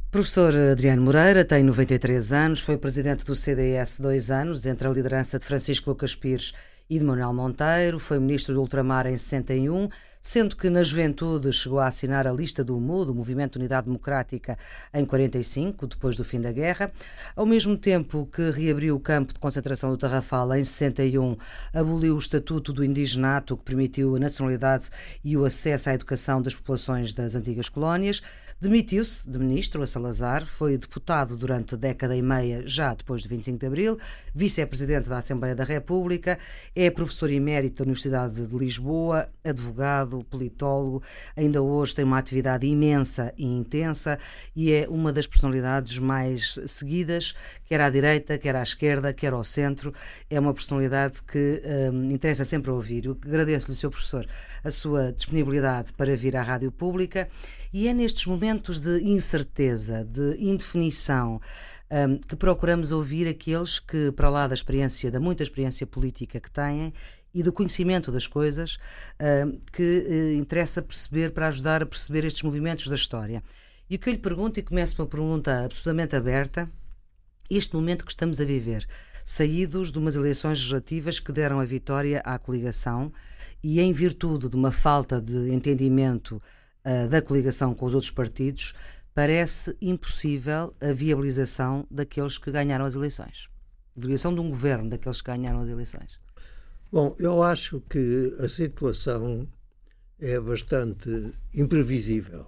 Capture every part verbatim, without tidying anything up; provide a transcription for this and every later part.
Professor Adriano Moreira tem noventa e três anos, foi presidente do C D S dois anos, entre a liderança de Francisco Lucas Pires e de Manuel Monteiro, foi ministro do Ultramar em sessenta e um, sendo que na juventude chegou a assinar a lista do M U, do Movimento de Unidade Democrática, em quarenta e cinco, depois do fim da guerra. Ao mesmo tempo que reabriu o campo de concentração do Tarrafal em sessenta e um, aboliu o Estatuto do Indigenato, que permitiu a nacionalidade e o acesso à educação das populações das antigas colónias. Demitiu-se de ministro a Salazar, foi deputado durante década e meia, já depois de vinte e cinco de Abril, vice-presidente da Assembleia da República, é professor emérito da Universidade de Lisboa, advogado, politólogo, ainda hoje tem uma atividade imensa e intensa e é uma das personalidades mais seguidas, quer à direita, quer à esquerda, quer ao centro. É uma personalidade que hum, interessa sempre ouvir. Eu agradeço-lhe, senhor professor, a sua disponibilidade para vir à Rádio Pública. E é nestes momentos de incerteza, de indefinição, um, que procuramos ouvir aqueles que, para lá da experiência, da muita experiência política que têm e do conhecimento das coisas, um, que uh, interessa perceber, para ajudar a perceber estes movimentos da história. E o que eu lhe pergunto, e começo por uma pergunta absolutamente aberta, este momento que estamos a viver, saídos de umas eleições legislativas que deram a vitória à coligação e em virtude de uma falta de entendimento da coligação com os outros partidos, parece impossível a viabilização daqueles que ganharam as eleições. A viabilização de um governo daqueles que ganharam as eleições. Bom, eu acho que a situação é bastante imprevisível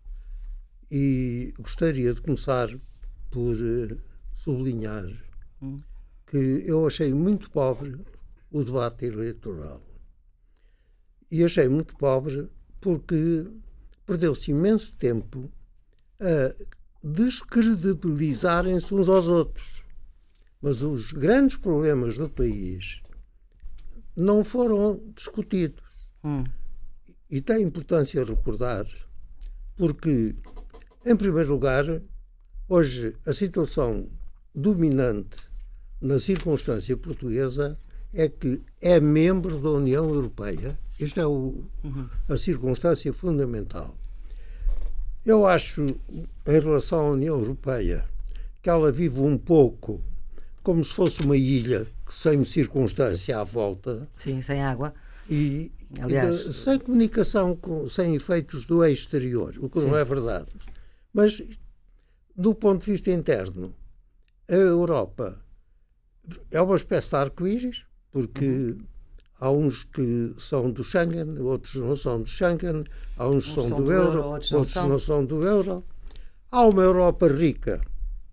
e gostaria de começar por sublinhar hum. que eu achei muito pobre o debate eleitoral. E achei muito pobre porque perdeu-se imenso tempo a descredibilizarem-se uns aos outros. Mas os grandes problemas do país não foram discutidos. Hum. E tem importância recordar, porque, em primeiro lugar, hoje a situação dominante na circunstância portuguesa é que é membro da União Europeia. Esta é o, uhum. a circunstância fundamental. Eu acho, em relação à União Europeia, que ela vive um pouco como se fosse uma ilha sem circunstância à volta. Sim, sem água. E, Aliás, e sem comunicação, com, sem efeitos do exterior, o que sim. não é verdade. Mas, do ponto de vista interno, a Europa é uma espécie de arco-íris, porque uhum. há uns que são do Schengen, outros não são do Schengen, há uns que são, são do, do euro, euro, outros, outros não, não são do euro. Há uma Europa rica,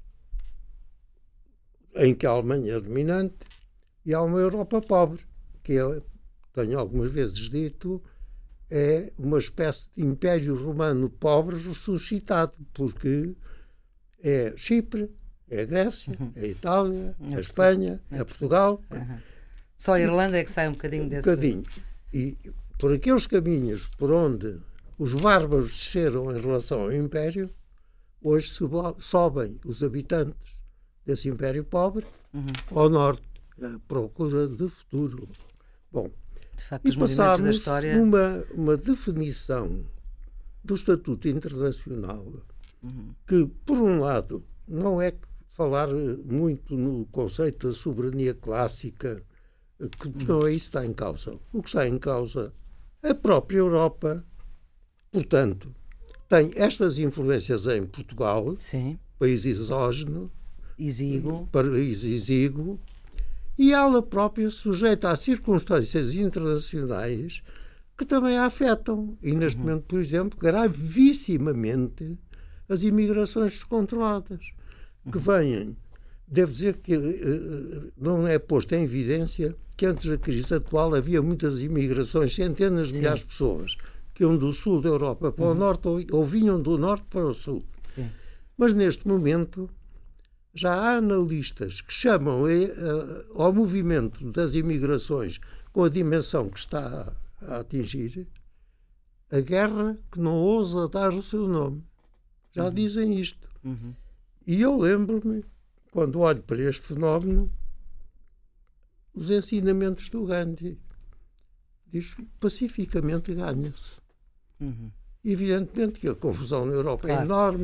em que a Alemanha é dominante, e há uma Europa pobre, que eu tenho algumas vezes dito, é uma espécie de Império Romano pobre ressuscitado, porque é Chipre, é a Grécia, uhum. é a Itália, é a Espanha, é Portugal. Uhum. Só a Irlanda é que sai um bocadinho desse... Um bocadinho. E por aqueles caminhos por onde os bárbaros desceram em relação ao Império, hoje sobem os habitantes desse Império pobre uhum. ao norte, à procura de futuro. Bom, de facto, e passámos da história... uma, uma definição do Estatuto Internacional uhum. que, por um lado, não é falar muito no conceito da soberania clássica, que não é isso que está em causa. O que está em causa, a própria Europa, portanto, tem estas influências em Portugal, sim. país exógeno, exíguo, país exíguo, e ela própria sujeita a circunstâncias internacionais que também a afetam. E, neste uhum. momento, por exemplo, gravissimamente as imigrações descontroladas, uhum. que vêm. Devo dizer que uh, não é posto em evidência que antes da crise atual havia muitas imigrações, centenas de Sim. milhares de pessoas, que iam do sul da Europa para uhum. o norte ou, ou vinham do norte para o sul. Sim. Mas neste momento já há analistas que chamam uh, ao movimento das imigrações com a dimensão que está a, a atingir a guerra que não ousa dar o seu nome. Já uhum. dizem isto. Uhum. E eu lembro-me, quando olho para este fenómeno, os ensinamentos do Gandhi. Diz que pacificamente ganha-se. Uhum. Evidentemente que a confusão na Europa claro. é enorme,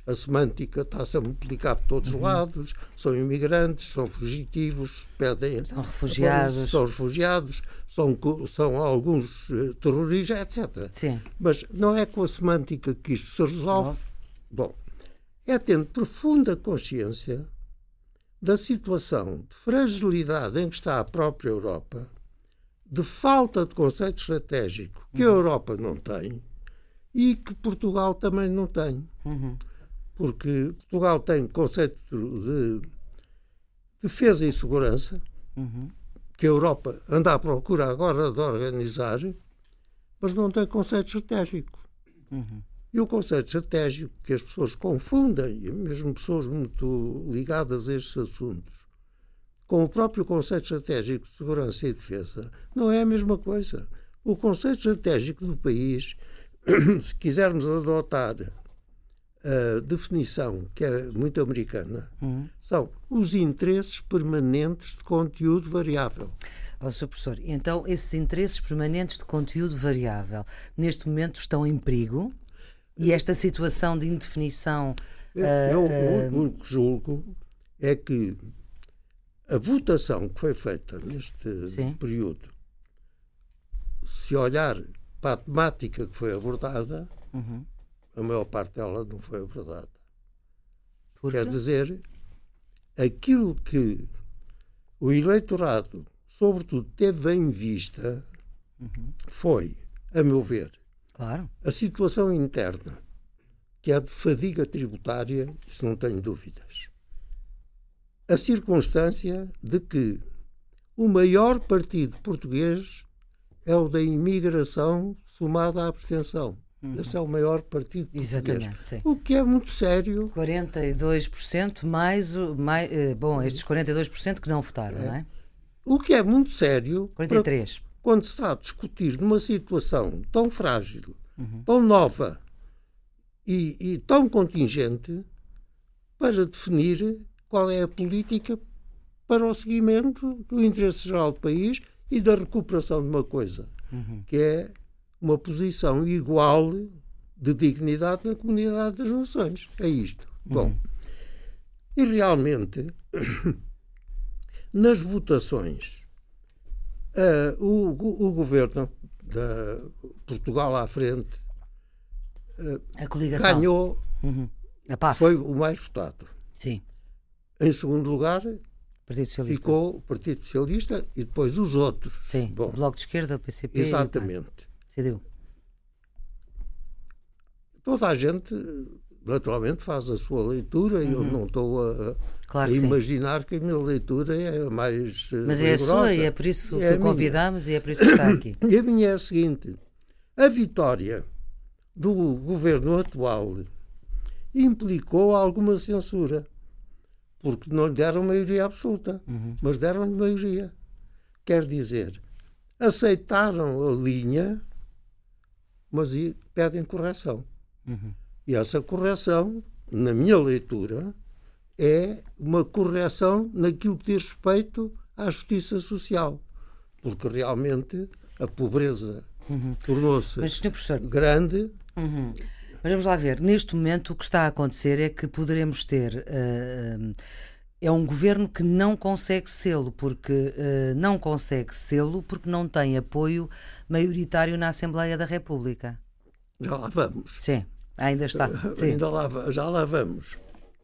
a semântica está-se a multiplicar por todos os uhum. lados, são imigrantes, são fugitivos, pedem, são refugiados, são, refugiados, são, são alguns uh, terroristas, etcétera. Sim. Mas não é com a semântica que isto se resolve. Bom, é tendo profunda consciência da situação de fragilidade em que está a própria Europa, de falta de conceito estratégico que uhum. a Europa não tem e que Portugal também não tem. Uhum. Porque Portugal tem conceito de defesa e segurança, uhum. que a Europa anda à procura agora de organizar, mas não tem conceito estratégico. Uhum. E o conceito estratégico que as pessoas confundem, e mesmo pessoas muito ligadas a estes assuntos, com o próprio conceito estratégico de segurança e defesa, não é a mesma coisa. O conceito estratégico do país, se quisermos adotar a definição, que é muito americana, uhum. são os interesses permanentes de conteúdo variável. Oh, senhor Professor, então esses interesses permanentes de conteúdo variável, neste momento estão em perigo? E esta situação de indefinição... Eu, uh, uh, o que julgo é que a votação que foi feita neste sim. período, se olhar para a temática que foi abordada, uhum. a maior parte dela não foi abordada. Por Quer quê? dizer, aquilo que o eleitorado, sobretudo, teve em vista uhum. foi, a meu ver, claro. a situação interna, que é de fadiga tributária, isso não tenho dúvidas. A circunstância de que o maior partido português é o da imigração somada à abstenção. Uhum. Esse é o maior partido português. Exatamente, sim. O que é muito sério. quarenta e dois por cento mais, o, mais eh, bom, estes quarenta e dois por cento que não votaram, é. não é? O que é muito sério quarenta e três por cento. Quando se está a discutir numa situação tão frágil, uhum. tão nova e, e tão contingente, para definir qual é a política para o seguimento do interesse geral do país e da recuperação de uma coisa, uhum. que é uma posição igual de dignidade na comunidade das nações. É isto. Uhum. Bom, e realmente, nas votações, uh, o, o, o governo da Portugal à frente uh, a coligação ganhou, uhum. a P A F. Foi o mais votado. Sim. Em segundo lugar, Partido Socialista. ficou o Partido Socialista e depois os outros. Sim, Bom, o Bloco de Esquerda, o P C P. Exatamente. C D U. Toda a gente, naturalmente, faz a sua leitura e uhum. eu não estou a, claro a que imaginar sim. que a minha leitura é a mais Mas rigorosa. é a sua e é por isso é que o convidamos e é por isso que está aqui. E a minha é a seguinte. A vitória do governo atual implicou alguma censura. Porque não lhe deram maioria absoluta, uhum. mas deram-lhe maioria. Quer dizer, aceitaram a linha, mas pedem correção. Uhum. E essa correção, na minha leitura, é uma correção naquilo que diz respeito à justiça social. Porque realmente a pobreza uhum. tornou-se grande. Uhum. Mas vamos lá ver, neste momento o que está a acontecer é que poderemos ter, uh, é um governo que não consegue sê-lo, porque uh, não consegue sê-lo porque não tem apoio maioritário na Assembleia da República. Já lá vamos. Sim, ainda está. Sim. Ainda lá, já lá vamos.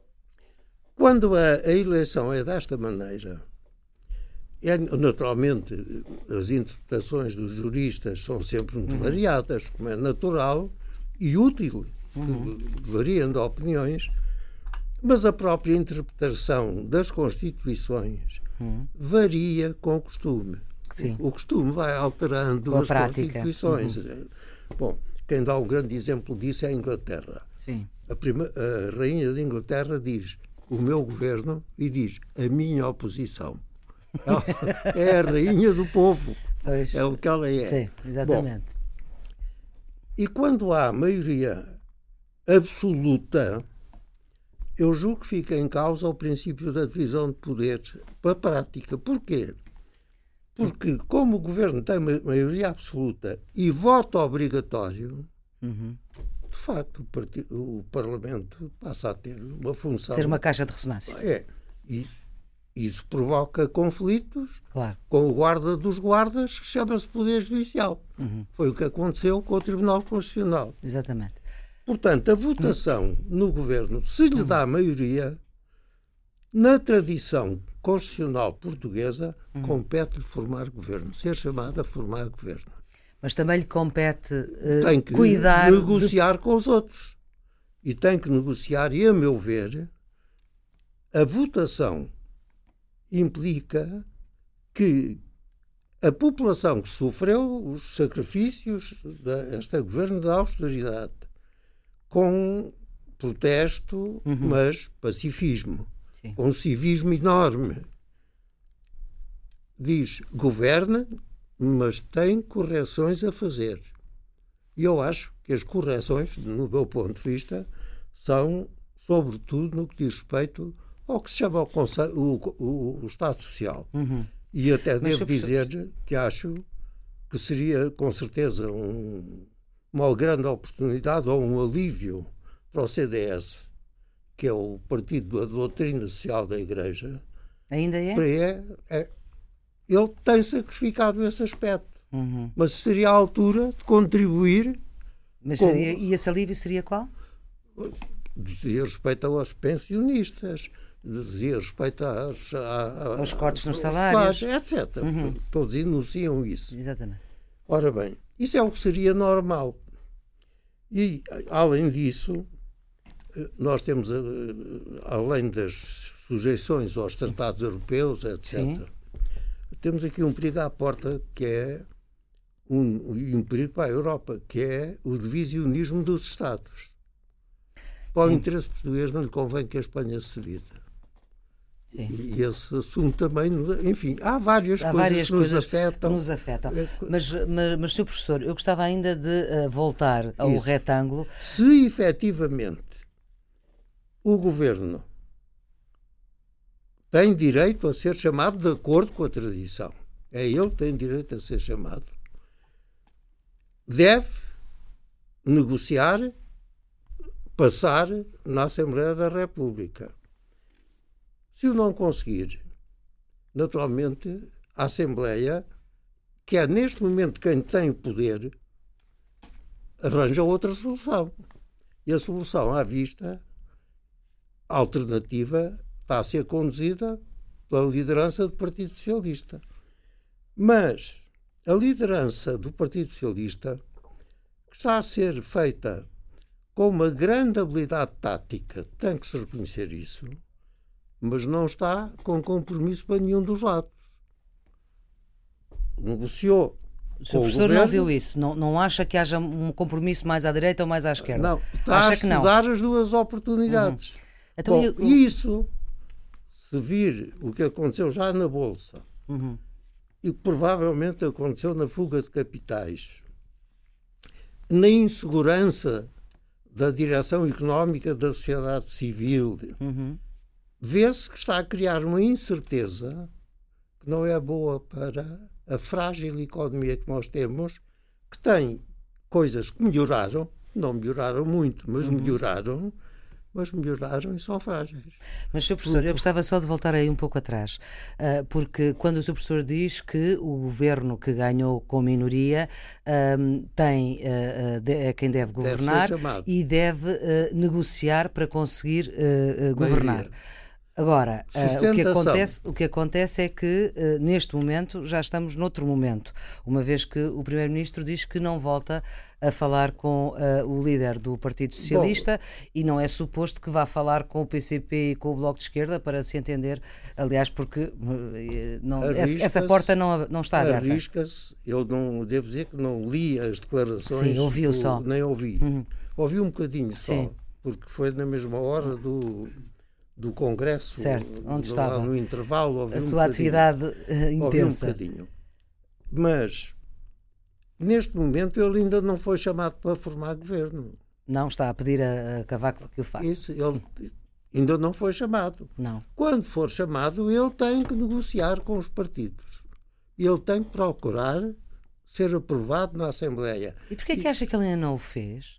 Quando a, a eleição é desta maneira, é, naturalmente as interpretações dos juristas são sempre muito uhum. variadas, como é natural, e útil, uhum. variando opiniões, mas a própria interpretação das Constituições uhum. varia com o costume. Sim. O costume vai alterando com as prática. Constituições. Uhum. Bom, quem dá um grande exemplo disso é a Inglaterra. Sim. A, prima, a rainha de Inglaterra diz o meu governo e diz a minha oposição. É a rainha do povo. Pois. É o que ela é. Sim, exatamente. Bom, e quando há maioria absoluta, eu julgo que fica em causa o princípio da divisão de poderes para a prática. Porquê? Porque, como o governo tem maioria absoluta e voto obrigatório, uhum. de facto, o, partido, o Parlamento passa a ter uma função... Ser uma caixa de ressonância. É, e isso provoca conflitos claro. com o guarda dos guardas, que chama-se Poder Judicial. Uhum. Foi o que aconteceu com o Tribunal Constitucional. Exatamente. Portanto, a votação uhum. no Governo, se lhe dá a maioria, na tradição constitucional portuguesa, uhum. compete-lhe formar governo, ser chamado a formar governo. Mas também lhe compete uh, tem que cuidar... negociar de... com os outros. E tem que negociar, e a meu ver, a votação implica que a população que sofreu os sacrifícios deste governo da austeridade, com protesto, uhum. mas pacifismo, Sim. com um civismo enorme, diz, governa, mas tem correções a fazer. E eu acho que as correções, no meu ponto de vista, são, sobretudo, no que diz respeito ao que se chama o, Conselho, o, o, o Estado Social. Uhum. E até mas devo dizer pessoas... que acho que seria, com certeza, um, uma grande oportunidade ou um alívio para o C D S, que é o partido da doutrina social da Igreja. Ainda é? É, é ele tem sacrificado esse aspecto. Uhum. Mas seria a altura de contribuir. Mas com... seria, e esse alívio seria qual? Dizia respeito aos pensionistas, dizia respeito às, à, aos cortes nos salários, etcétera. Uhum. Todos enunciam isso. Exatamente. Ora bem, isso é o que seria normal. E, além disso, nós temos, além das sujeições aos tratados europeus, etcétera, Sim. temos aqui um perigo à porta, que é um, um perigo para a Europa, que é o divisionismo dos Estados. Para o Sim. interesse português não lhe convém que a Espanha se divida. Sim. E esse assunto também, enfim, há várias há coisas várias que nos coisas afetam. Que nos afetam. Mas, mas, mas, senhor Professor, eu gostava ainda de uh, voltar ao Isso. retângulo. Se efetivamente o Governo tem direito a ser chamado de acordo com a tradição, é ele que tem direito a ser chamado, deve negociar, passar na Assembleia da República. Se o não conseguir, naturalmente, a Assembleia, que é neste momento quem tem o poder, arranja outra solução. E a solução à vista, a alternativa, está a ser conduzida pela liderança do Partido Socialista. Mas a liderança do Partido Socialista está a ser feita com uma grande habilidade tática, tem que se reconhecer isso, mas não está com compromisso para nenhum dos lados. Negociou. O senhor professor governo, não viu isso? Não, não acha que haja um compromisso mais à direita ou mais à esquerda? Não, está acha a estudar as duas oportunidades. Uhum. Então, Bom, eu... E isso, se vir o que aconteceu já na Bolsa, uhum. e provavelmente aconteceu na fuga de capitais, na insegurança da direção económica da sociedade civil, uhum. vê-se que está a criar uma incerteza que não é boa para a frágil economia que nós temos, que tem coisas que melhoraram, não melhoraram muito, mas uhum. melhoraram, mas melhoraram e são frágeis. Mas, senhor Professor, eu gostava só de voltar aí um pouco atrás, porque quando o senhor Professor diz que o governo que ganhou com minoria tem é quem deve governar deve e deve negociar para conseguir governar. Agora, uh, o, que acontece, o que acontece é que, uh, neste momento, já estamos noutro momento, uma vez que o Primeiro-Ministro diz que não volta a falar com uh, o líder do Partido Socialista. Bom, e não é suposto que vá falar com o P C P e com o Bloco de Esquerda para se entender, aliás, porque uh, não, essa, essa porta não, não está aberta. Arrisca-se, eu não, devo dizer que não li as declarações. Sim, ouviu do, só. Nem ouvi. Uhum. Ouvi um bocadinho só, Sim. porque foi na mesma hora do... do Congresso, certo, onde estava no intervalo, a sua um atividade intensa. Um bocadinho. Mas neste momento ele ainda não foi chamado para formar governo. Não, está a pedir a, a Cavaco que o faça. Isso, ele ainda não foi chamado. Não. Quando for chamado, ele tem que negociar com os partidos. Ele tem que procurar ser aprovado na Assembleia. E porquê é que acha que ele ainda não o fez?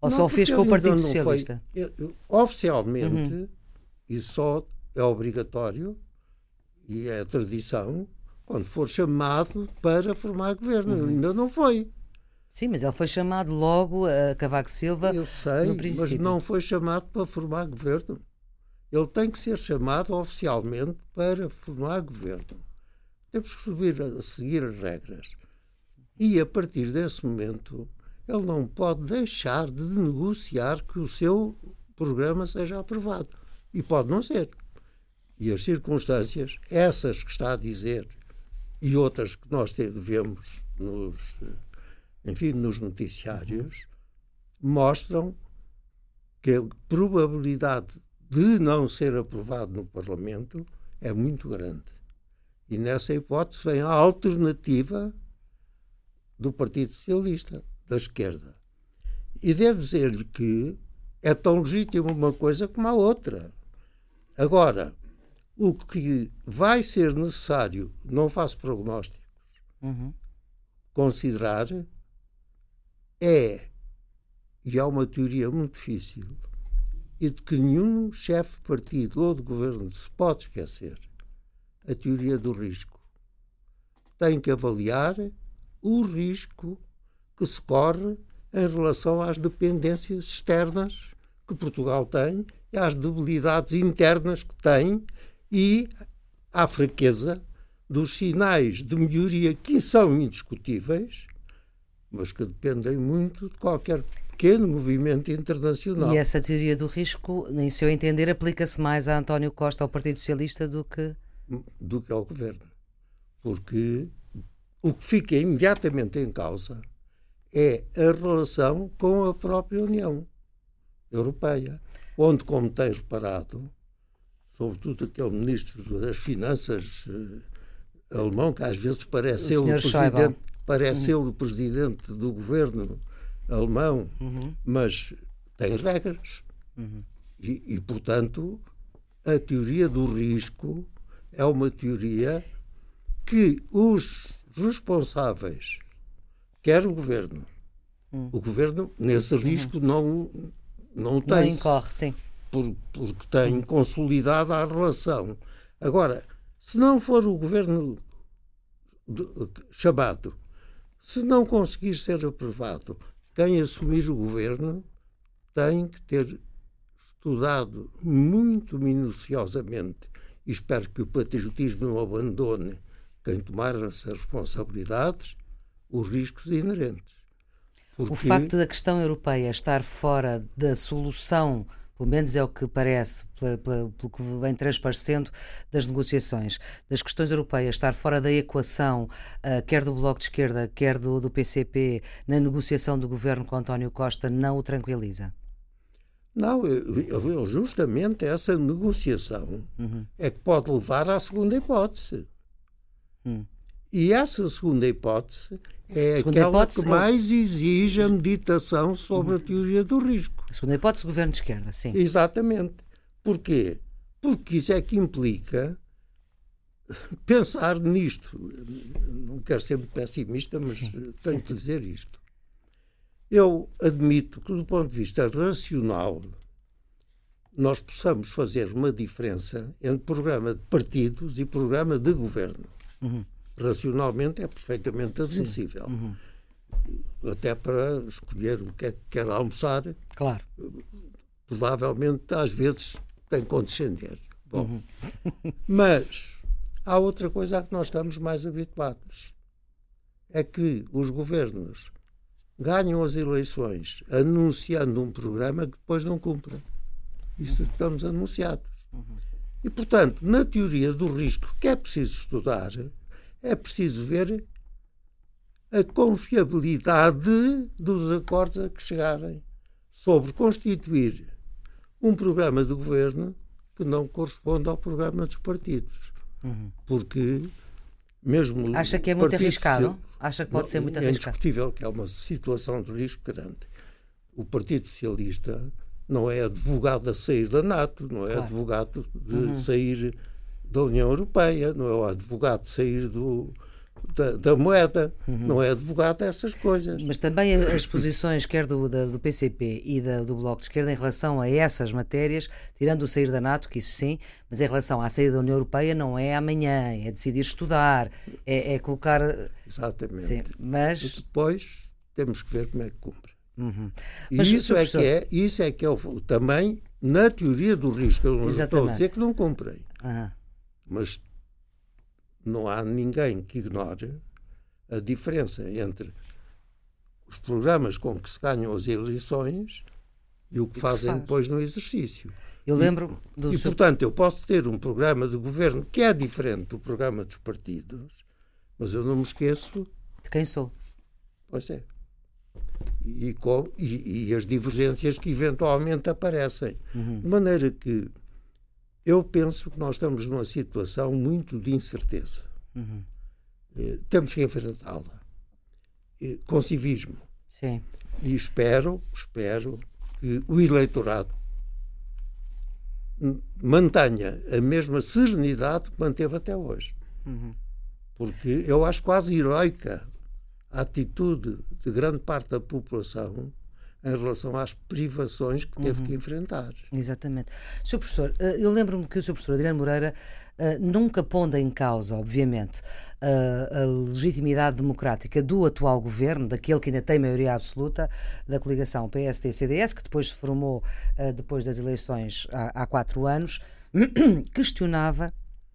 Ou não, só o fez com o Partido Socialista? Foi, oficialmente, uhum. isso só é obrigatório e é tradição quando for chamado para formar governo. Uhum. Ainda não foi. Sim, mas ele foi chamado logo a Cavaco Silva. Eu sei, no princípio. Mas não foi chamado para formar governo. Ele tem que ser chamado oficialmente para formar governo. Temos que subir a seguir as regras. E a partir desse momento, ele não pode deixar de negociar que o seu programa seja aprovado. E pode não ser. E as circunstâncias, essas que está a dizer, e outras que nós vemos nos, enfim, nos noticiários, mostram que a probabilidade de não ser aprovado no Parlamento é muito grande. E nessa hipótese vem a alternativa do Partido Socialista, da esquerda. E devo dizer-lhe que é tão legítima uma coisa como a outra. Agora, o que vai ser necessário, não faço prognósticos, uhum. considerar é, e há uma teoria muito difícil, e de que nenhum chefe de partido ou de governo se pode esquecer, a teoria do risco. Tem que avaliar o risco que se corre em relação às dependências externas que Portugal tem e às debilidades internas que tem e à fraqueza dos sinais de melhoria que são indiscutíveis, mas que dependem muito de qualquer pequeno movimento internacional. E essa teoria do risco, em seu entender, aplica-se mais a António Costa, ao Partido Socialista, do que... do que ao Governo. Porque o que fica imediatamente em causa é a relação com a própria União Europeia, onde, como tem reparado, sobretudo aquele ministro das Finanças eh, alemão, que às vezes parece ele o presidente, parece uhum. ele o presidente do governo alemão, uhum. mas tem regras. Uhum. E, e, portanto, a teoria do risco é uma teoria que os responsáveis, quer o governo, uhum. o governo nesse risco uhum. não, não tem. Não incorre, sim. Por, porque tem consolidada a relação. Agora, se não for o governo de, chamado, se não conseguir ser aprovado, quem assumir o governo tem que ter estudado muito minuciosamente, e espero que o patriotismo não abandone quem tomar essas responsabilidades, os riscos inerentes. Porque... O facto da questão europeia estar fora da solução, pelo menos é o que parece, pela, pela, pelo que vem transparecendo das negociações, das questões europeias, estar fora da equação, uh, quer do Bloco de Esquerda, quer do, do P C P, na negociação do governo com António Costa, não o tranquiliza? Não, justamente essa negociação uhum. é que pode levar à segunda hipótese. Hum. E essa segunda hipótese é segunda aquela hipótese, que mais eu... exige a meditação sobre uhum. a teoria do risco. A segunda hipótese, governo de esquerda, sim. Exatamente. Porquê? Porque isso é que implica pensar nisto. Não quero ser muito pessimista, mas sim. tenho que dizer isto. Eu admito que, do ponto de vista racional, nós possamos fazer uma diferença entre programa de partidos e programa de governo. Uhum. Racionalmente é perfeitamente admissível. Uhum. Até para escolher o que é que quer almoçar. Claro. Provavelmente, às vezes, tem que condescender. Bom, uhum. Mas há outra coisa a que nós estamos mais habituados. É que os governos ganham as eleições anunciando um programa que depois não cumprem. Isso uhum. estamos anunciados. Uhum. E, portanto, na teoria do risco que é preciso estudar, é preciso ver a confiabilidade dos acordos a que chegarem sobre constituir um programa de governo que não corresponde ao programa dos partidos. Uhum. Porque mesmo... Acha que é muito arriscado? Acha que pode não, ser muito é arriscado? É indiscutível que é uma situação de risco grande. O Partido Socialista não é advogado a sair da NATO, não é claro. advogado de uhum. sair da União Europeia, não é advogado de sair do, da, da moeda, uhum. não é advogado dessas coisas. Mas também as posições, quer do, da, do P C P e da, do Bloco de Esquerda, em relação a essas matérias, tirando o sair da NATO, que isso sim, mas em relação à saída da União Europeia, não é amanhã, é decidir estudar, é, é colocar... Exatamente. Sim, mas... E depois temos que ver como é que cumpre. Uhum. E Mas, isso, é professor... que é, isso é que é o, também na teoria do risco. Eu não estou a dizer que não cumprem. Uhum. Mas não há ninguém que ignore a diferença entre os programas com que se ganham as eleições e o que, e fazem que faz. depois no exercício. Eu lembro e, do E, seu... portanto, eu posso ter um programa de governo que é diferente do programa dos partidos, mas eu não me esqueço... De quem sou. Pois é. E, com, e, e as divergências que eventualmente aparecem. Uhum. De maneira que eu penso que nós estamos numa situação muito de incerteza. Uhum. Eh, temos que enfrentá-la. Eh, com civismo. Sim. E espero, espero que o eleitorado mantenha a mesma serenidade que manteve até hoje. Uhum. Porque eu acho quase heroica a atitude de grande parte da população em relação às privações que teve uhum. que enfrentar. Exatamente. senhor Professor, eu lembro-me que o senhor Professor Adriano Moreira uh, nunca pondo em causa, obviamente, uh, a legitimidade democrática do atual governo, daquele que ainda tem maioria absoluta, da coligação P S D C D S, que depois se formou uh, depois das eleições há, há quatro anos, questionava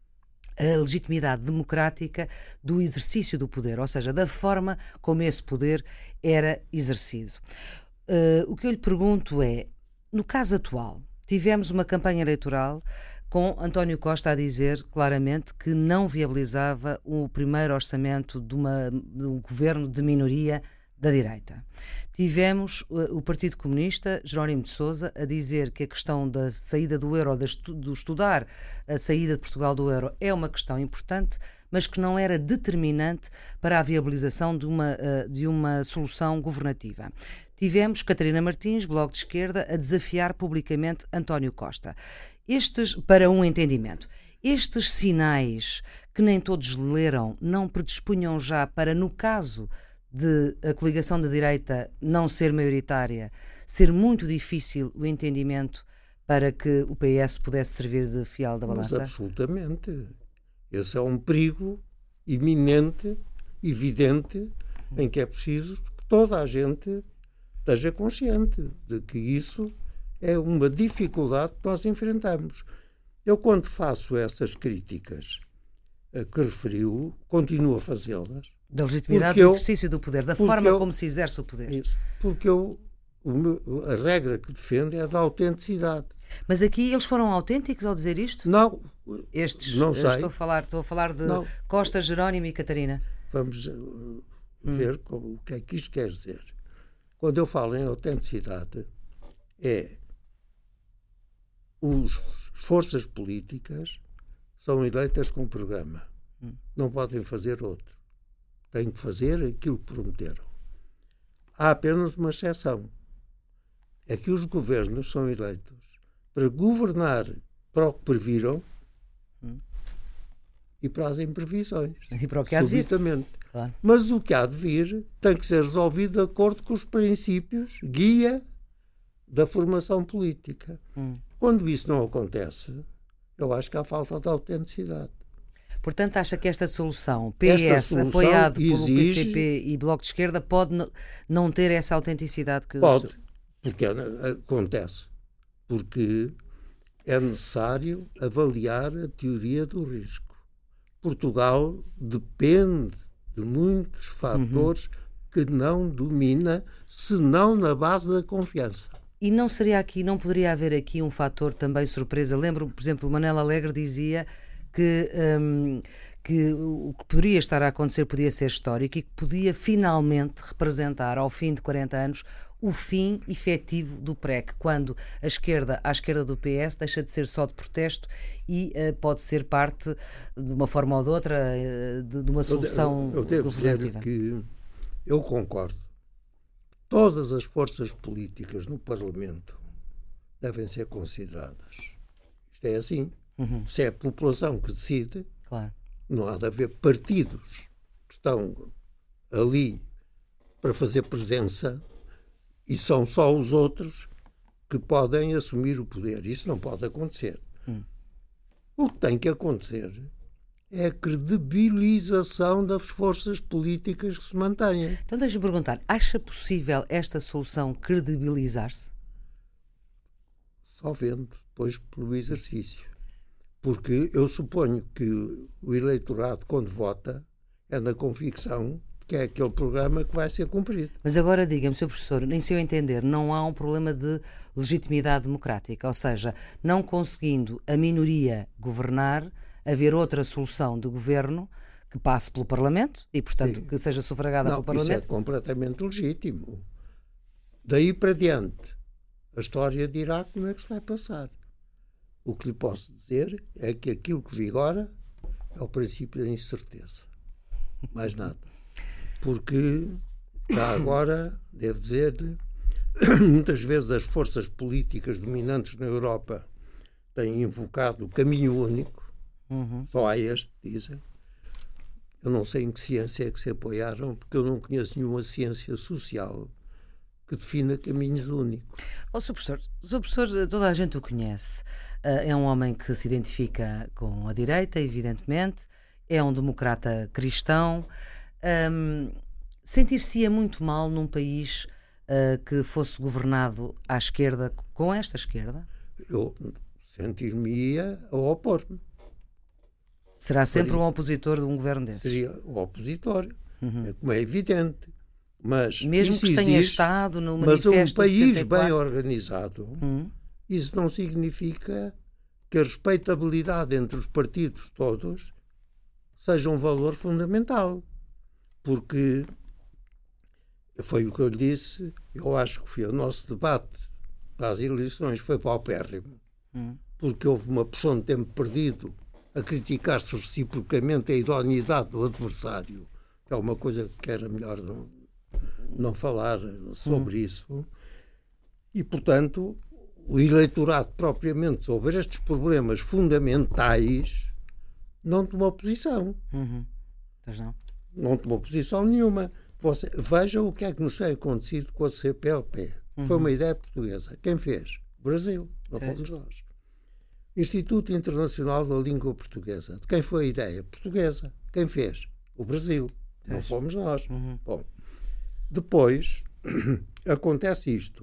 a legitimidade democrática do exercício do poder, ou seja, da forma como esse poder era exercido. Uh, o que eu lhe pergunto é, no caso atual, tivemos uma campanha eleitoral com António Costa a dizer claramente que não viabilizava o primeiro orçamento de, uma, de um governo de minoria da direita. Tivemos uh, o Partido Comunista, Jerónimo de Sousa, a dizer que a questão da saída do euro, de estu- do estudar a saída de Portugal do euro, é uma questão importante, mas que não era determinante para a viabilização de uma, uh, de uma solução governativa. Tivemos Catarina Martins, Bloco de Esquerda, a desafiar publicamente António Costa. Estes, para um entendimento, estes sinais que nem todos leram não predispunham já para, no caso de a coligação da direita não ser maioritária, ser muito difícil o entendimento para que o P S pudesse servir de fiel da balança? Mas absolutamente. Esse é um perigo iminente, evidente, em que é preciso que toda a gente esteja consciente de que isso é uma dificuldade que nós enfrentamos. Eu, quando faço essas críticas a que referiu, continuo a fazê-las. Da legitimidade do eu, exercício do poder, da forma eu, como se exerce o poder. Isso, porque eu, o meu, a regra que defendo é a da autenticidade. Mas aqui eles foram autênticos ao dizer isto? Não. Estes, não sei. Estou a falar, estou a falar de não. Costa, Jerónimo e Catarina. Vamos uh, ver hum. como, o que é que isto quer dizer. Quando eu falo em autenticidade, é as forças políticas são eleitas com programa. Hum. Não podem fazer outro. Têm que fazer aquilo que prometeram. Há apenas uma exceção. É que os governos são eleitos para governar para o que previram hum. e para as imprevisões. E para o que há de vir. Claro. Mas o que há de vir tem que ser resolvido de acordo com os princípios guia da formação política. Hum. Quando isso não acontece, eu acho que há falta de autenticidade. Portanto, acha que esta solução, P S, esta solução apoiado pelo P C P e Bloco de Esquerda, pode não ter essa autenticidade que... Pode, o... porque acontece. Porque é necessário avaliar a teoria do risco. Portugal depende de muitos fatores uhum. que não domina, senão na base da confiança. E não seria aqui, não poderia haver aqui um fator também surpresa? Lembro, por exemplo, o Manel Alegre dizia que, um, que o que poderia estar a acontecer podia ser histórico e que podia finalmente representar, ao fim de quarenta anos, o fim efetivo do P R E C, quando a esquerda, à esquerda do P S, deixa de ser só de protesto e uh, pode ser parte, de uma forma ou de outra, uh, de, de uma solução eu, eu devo governativa. Dizer que eu concordo. Todas as forças políticas no Parlamento devem ser consideradas. Isto é assim. Uhum. Se é a população que decide, claro. Não há de haver partidos que estão ali para fazer presença e são só os outros que podem assumir o poder. Isso não pode acontecer. Hum. O que tem que acontecer é a credibilização das forças políticas que se mantêm. Então deixa-me perguntar, acha possível esta solução credibilizar-se? Só vendo, depois pelo exercício. Porque eu suponho que o eleitorado, quando vota, é na convicção que é aquele programa que vai ser cumprido. Mas agora diga-me, senhor Professor, em seu entender, não há um problema de legitimidade democrática, ou seja, não conseguindo a minoria governar, haver outra solução de governo que passe pelo Parlamento e, portanto, Sim. que seja sufragada não, pelo Parlamento? Isso é completamente legítimo. Daí para diante, a história dirá como é que se vai passar. O que lhe posso dizer é que aquilo que vigora é o princípio da incerteza. Mais nada. Porque, já agora, devo dizer, muitas vezes as forças políticas dominantes na Europa têm invocado o caminho único. Uhum. Só há este, dizem. Eu não sei em que ciência é que se apoiaram, porque eu não conheço nenhuma ciência social que defina caminhos únicos. Oh, senhor Professor, senhor Professor, toda a gente o conhece. Uh, é um homem que se identifica com a direita, evidentemente. É um democrata cristão. Um, sentir-se-ia muito mal num país uh, que fosse governado à esquerda, com esta esquerda? Eu sentir-me-ia a opor-me. Será sempre Seria, um opositor de um governo desses? Seria o opositor, uhum. é, como é evidente. Mas mesmo que tenha existe, estado no manifesto mas um país setenta e quatro... bem organizado, uhum. isso não significa que a respeitabilidade entre os partidos todos seja um valor fundamental. Porque foi o que eu lhe disse, eu acho que foi o nosso debate para as eleições foi paupérrimo, hum. porque houve uma porção de tempo perdido a criticar-se reciprocamente a idoneidade do adversário, que é uma coisa que era melhor não, não falar sobre hum. isso. E, portanto, o eleitorado propriamente sobre estes problemas fundamentais não tomou posição. Uhum. Pois não. Não tomou posição nenhuma. Você, veja o que é que nos tem acontecido com a C P L P. Uhum. Foi uma ideia portuguesa. Quem fez? O Brasil. Não fomos nós. Instituto Internacional da Língua Portuguesa. De quem foi a ideia? Portuguesa. Quem fez? O Brasil. Fez. Não fomos nós. Uhum. Bom, depois acontece isto.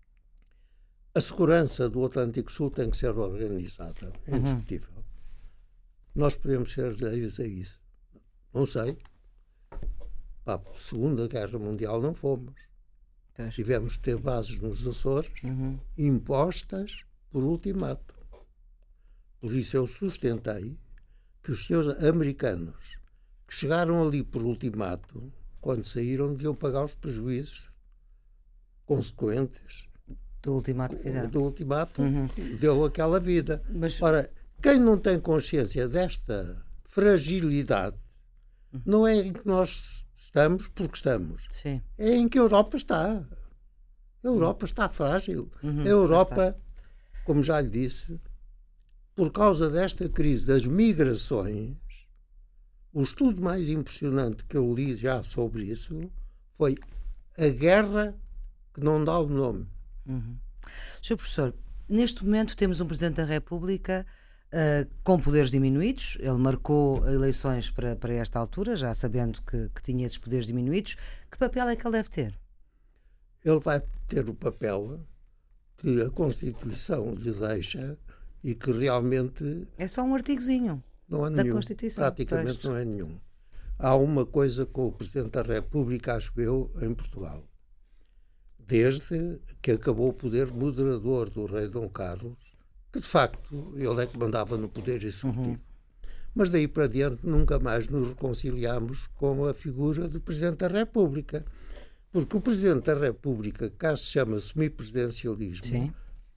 A segurança do Atlântico Sul tem que ser organizada. É indiscutível. Uhum. Nós podemos ser alheios a isso. Não sei. Para a Segunda Guerra Mundial não fomos. Tens. Tivemos que ter bases nos Açores uhum. impostas por ultimato. Por isso eu sustentei que os senhores americanos que chegaram ali por ultimato, quando saíram, deviam pagar os prejuízos consequentes do ultimato que fizeram. Do ultimato uhum. deu aquela vida. Mas... Ora, quem não tem consciência desta fragilidade uhum. não é em que nós estamos porque estamos. Sim. É em que a Europa está. A Europa uhum. está frágil. Uhum. A Europa, como já lhe disse, por causa desta crise das migrações, o estudo mais impressionante que eu li já sobre isso foi a guerra que não dá o nome. Uhum. senhor Professor, neste momento temos um Presidente da República uh, com poderes diminuídos. Ele marcou eleições para, para esta altura, já sabendo que, que tinha esses poderes diminuídos. Que papel é que ele deve ter? Ele vai ter o papel que a Constituição lhe deixa e que realmente... É só um artigozinho não há da nenhum. Constituição. Praticamente pois. Não é nenhum. Há uma coisa com o Presidente da República, acho eu, em Portugal. Desde que acabou o poder moderador do rei Dom Carlos, que de facto ele é que mandava no poder executivo. Uhum. Mas daí para diante nunca mais nos reconciliamos com a figura do Presidente da República. Porque o Presidente da República, cá se chama semipresidencialismo, Sim.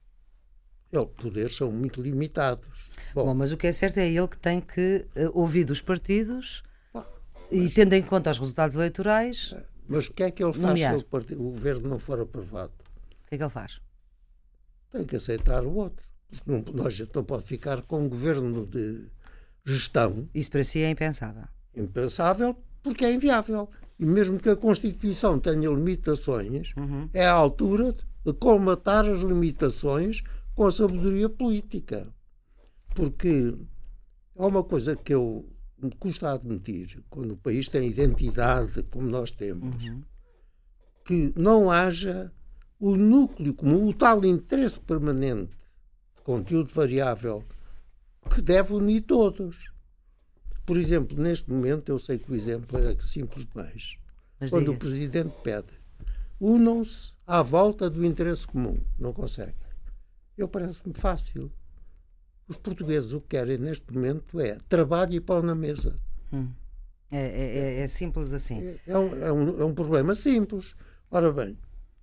Os poderes são muito limitados. Bom, Bom, mas o que é certo é ele que tem que uh, ouvir dos partidos Bom, mas, e, tendo em conta os resultados eleitorais... Mas o que é que ele faz nomear. se o, partido, o governo não for aprovado? O que é que ele faz? Tem que aceitar o outro. Porque não, nós não pode ficar com um governo de gestão. Isso para si é impensável? Impensável porque é inviável. E mesmo que a Constituição tenha limitações, uhum. é a altura de colmatar as limitações com a sabedoria política. Porque há uma coisa que eu me custa admitir, quando o país tem identidade como nós temos, uhum. que não haja o núcleo comum, o tal interesse permanente de conteúdo variável que deve unir todos. Por exemplo, neste momento, eu sei que o exemplo é simples demais. Mas quando diga. o Presidente pede, unam-se à volta do interesse comum. Não conseguem. Eu parece-me fácil. Os portugueses o que querem neste momento é trabalho e pão na mesa. Hum. É, é, é simples assim. É, é, um, é, um, é um problema simples. Ora bem,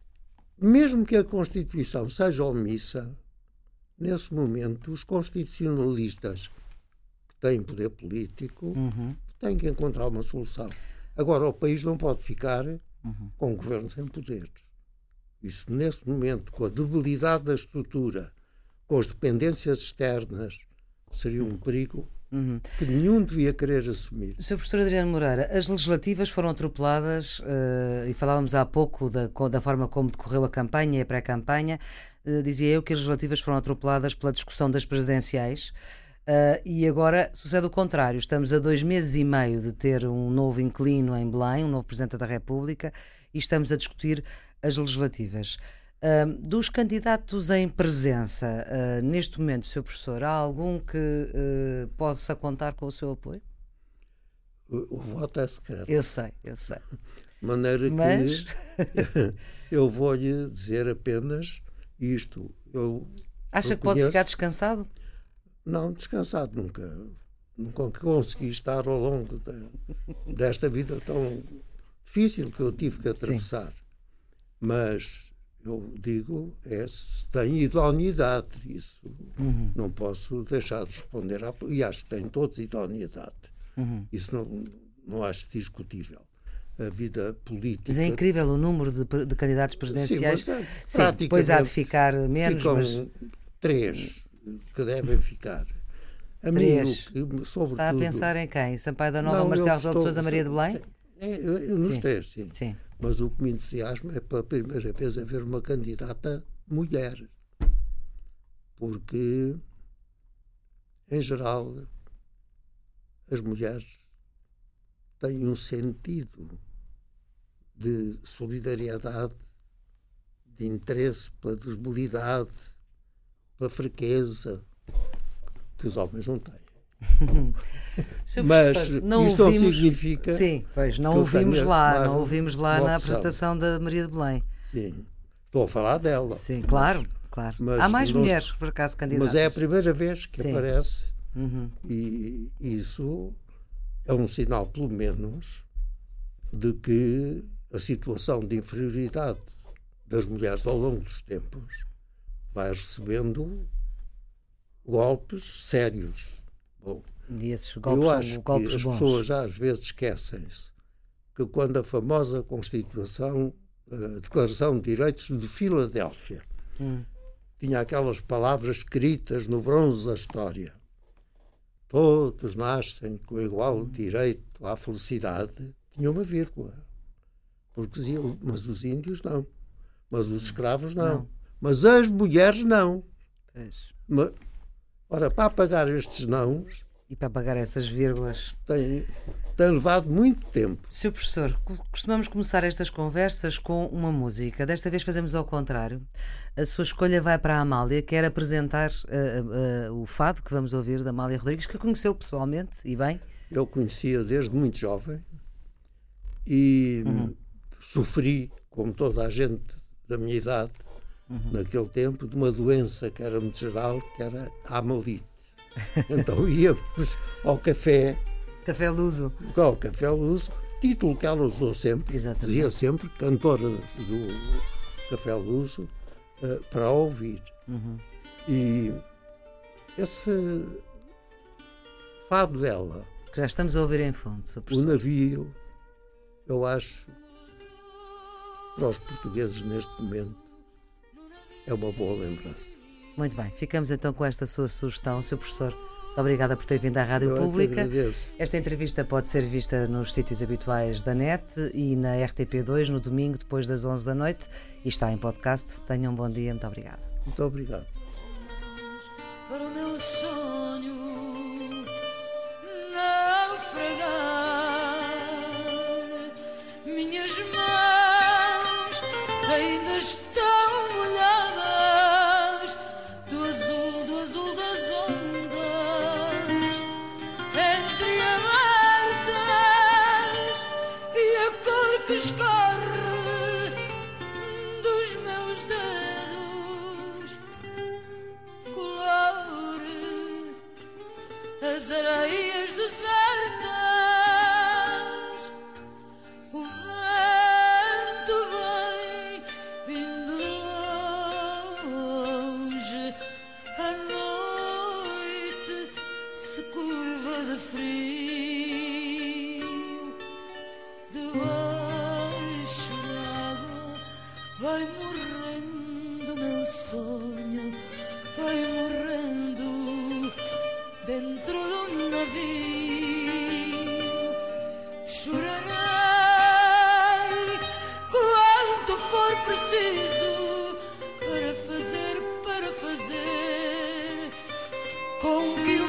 mesmo que a Constituição seja omissa, nesse momento, os constitucionalistas que têm poder político uhum. têm que encontrar uma solução. Agora, o país não pode ficar uhum. com o governo sem poderes. Isso, nesse momento, com a debilidade da estrutura, com as dependências externas, seria um perigo uhum. que nenhum devia querer assumir. senhor Professor Adriano Moreira, as legislativas foram atropeladas uh, e falávamos há pouco da, da forma como decorreu a campanha e a pré-campanha. Uh, dizia eu que as legislativas foram atropeladas pela discussão das presidenciais. Uh, e agora sucede o contrário. Estamos a dois meses e meio de ter um novo inquilino em Belém, um novo Presidente da República, e estamos a discutir as legislativas. Uh, dos candidatos em presença, uh, neste momento, senhor Professor, há algum que uh, possa contar com o seu apoio? O, o voto é secreto. Eu sei, eu sei. De maneira Mas... que eu vou-lhe dizer apenas isto. Eu, Acha eu que pode conheço... ficar descansado? Não, descansado nunca. Nunca consegui estar ao longo de, desta vida tão difícil que eu tive que atravessar. Sim. Mas eu digo, é se tem idoneidade. Isso uhum. não posso deixar de responder. À, e acho que tem todos idoneidade. Uhum. Isso não, não acho discutível. A vida política... Mas é incrível o número de, de candidatos presidenciais. Sim, mas, Sim, depois há de ficar menos. Ficam mas... três que devem ficar. A três. Que, sobretudo, está a pensar em quem? Sampaio da Nova, não, Marcelo Rebelo de Sousa, Maria de Belém? É, é, nos sim. três, sim. sim. Mas o que me entusiasma é pela primeira vez haver uma candidata mulher. Porque, em geral, as mulheres têm um sentido de solidariedade, de interesse pela debilidade, pela fraqueza, que os homens não têm. Mas não isto ouvimos, não significa. Sim, pois não ouvimos lá, não ouvimos lá na apresentação da Maria de Belém. Sim, estou a falar dela. Sim, claro, claro. Mas há mais não, mulheres, por acaso, candidatas. Mas é a primeira vez que sim. aparece uhum. e isso é um sinal, pelo menos, de que a situação de inferioridade das mulheres ao longo dos tempos vai recebendo golpes sérios. Bom, e esses golpes eu acho são golpes que as bons. pessoas já às vezes esquecem-se que quando a famosa Constituição, a Declaração de Direitos de Filadélfia, hum. tinha aquelas palavras escritas no bronze da história: todos nascem com igual hum. direito à felicidade, tinha uma vírgula. Porque diziam, mas os índios não, mas os escravos não, não. mas as mulheres não. Mas, ora, para apagar estes nãos... E para apagar essas vírgulas... Tem, tem levado muito tempo. senhor Professor, costumamos começar estas conversas com uma música. Desta vez fazemos ao contrário. A sua escolha vai para a Amália, quer apresentar uh, uh, o fado que vamos ouvir da Amália Rodrigues, que conheceu pessoalmente, e bem? Eu conhecia desde muito jovem e uhum. sofri, como toda a gente da minha idade, Uhum. naquele tempo, de uma doença que era muito geral, que era a amalite. Então íamos ao café. Café Luso. Ao Café Luso, título que ela usou sempre. Exatamente. Dizia sempre, cantora do Café Luso, uh, para ouvir. Uhum. E esse fado dela... Que já estamos a ouvir em fundo, senhor Professor. O navio, eu acho, para os portugueses neste momento, é uma boa lembrança. Muito bem, ficamos então com esta sua sugestão, senhor Professor. Obrigada por ter vindo à Rádio Eu Pública. agradeço. Esta entrevista pode ser vista nos sítios habituais da net e na R T P dois no domingo depois das onze da noite e está em podcast. Tenham um bom dia, muito obrigada. Muito obrigado. Para o meu sonho naufragar, minhas mãos ainda estão molhadas do azul, do azul das ondas, entreabertas, e a cor que escorre dos meus dedos colore as areias desertas. O vento vem vindo de longe, a noite se curva de frio, debaixo d'água vai morrendo meu sonho, vai morrendo dentro de um navio. Chorarei quanto for preciso para fazer, para fazer com que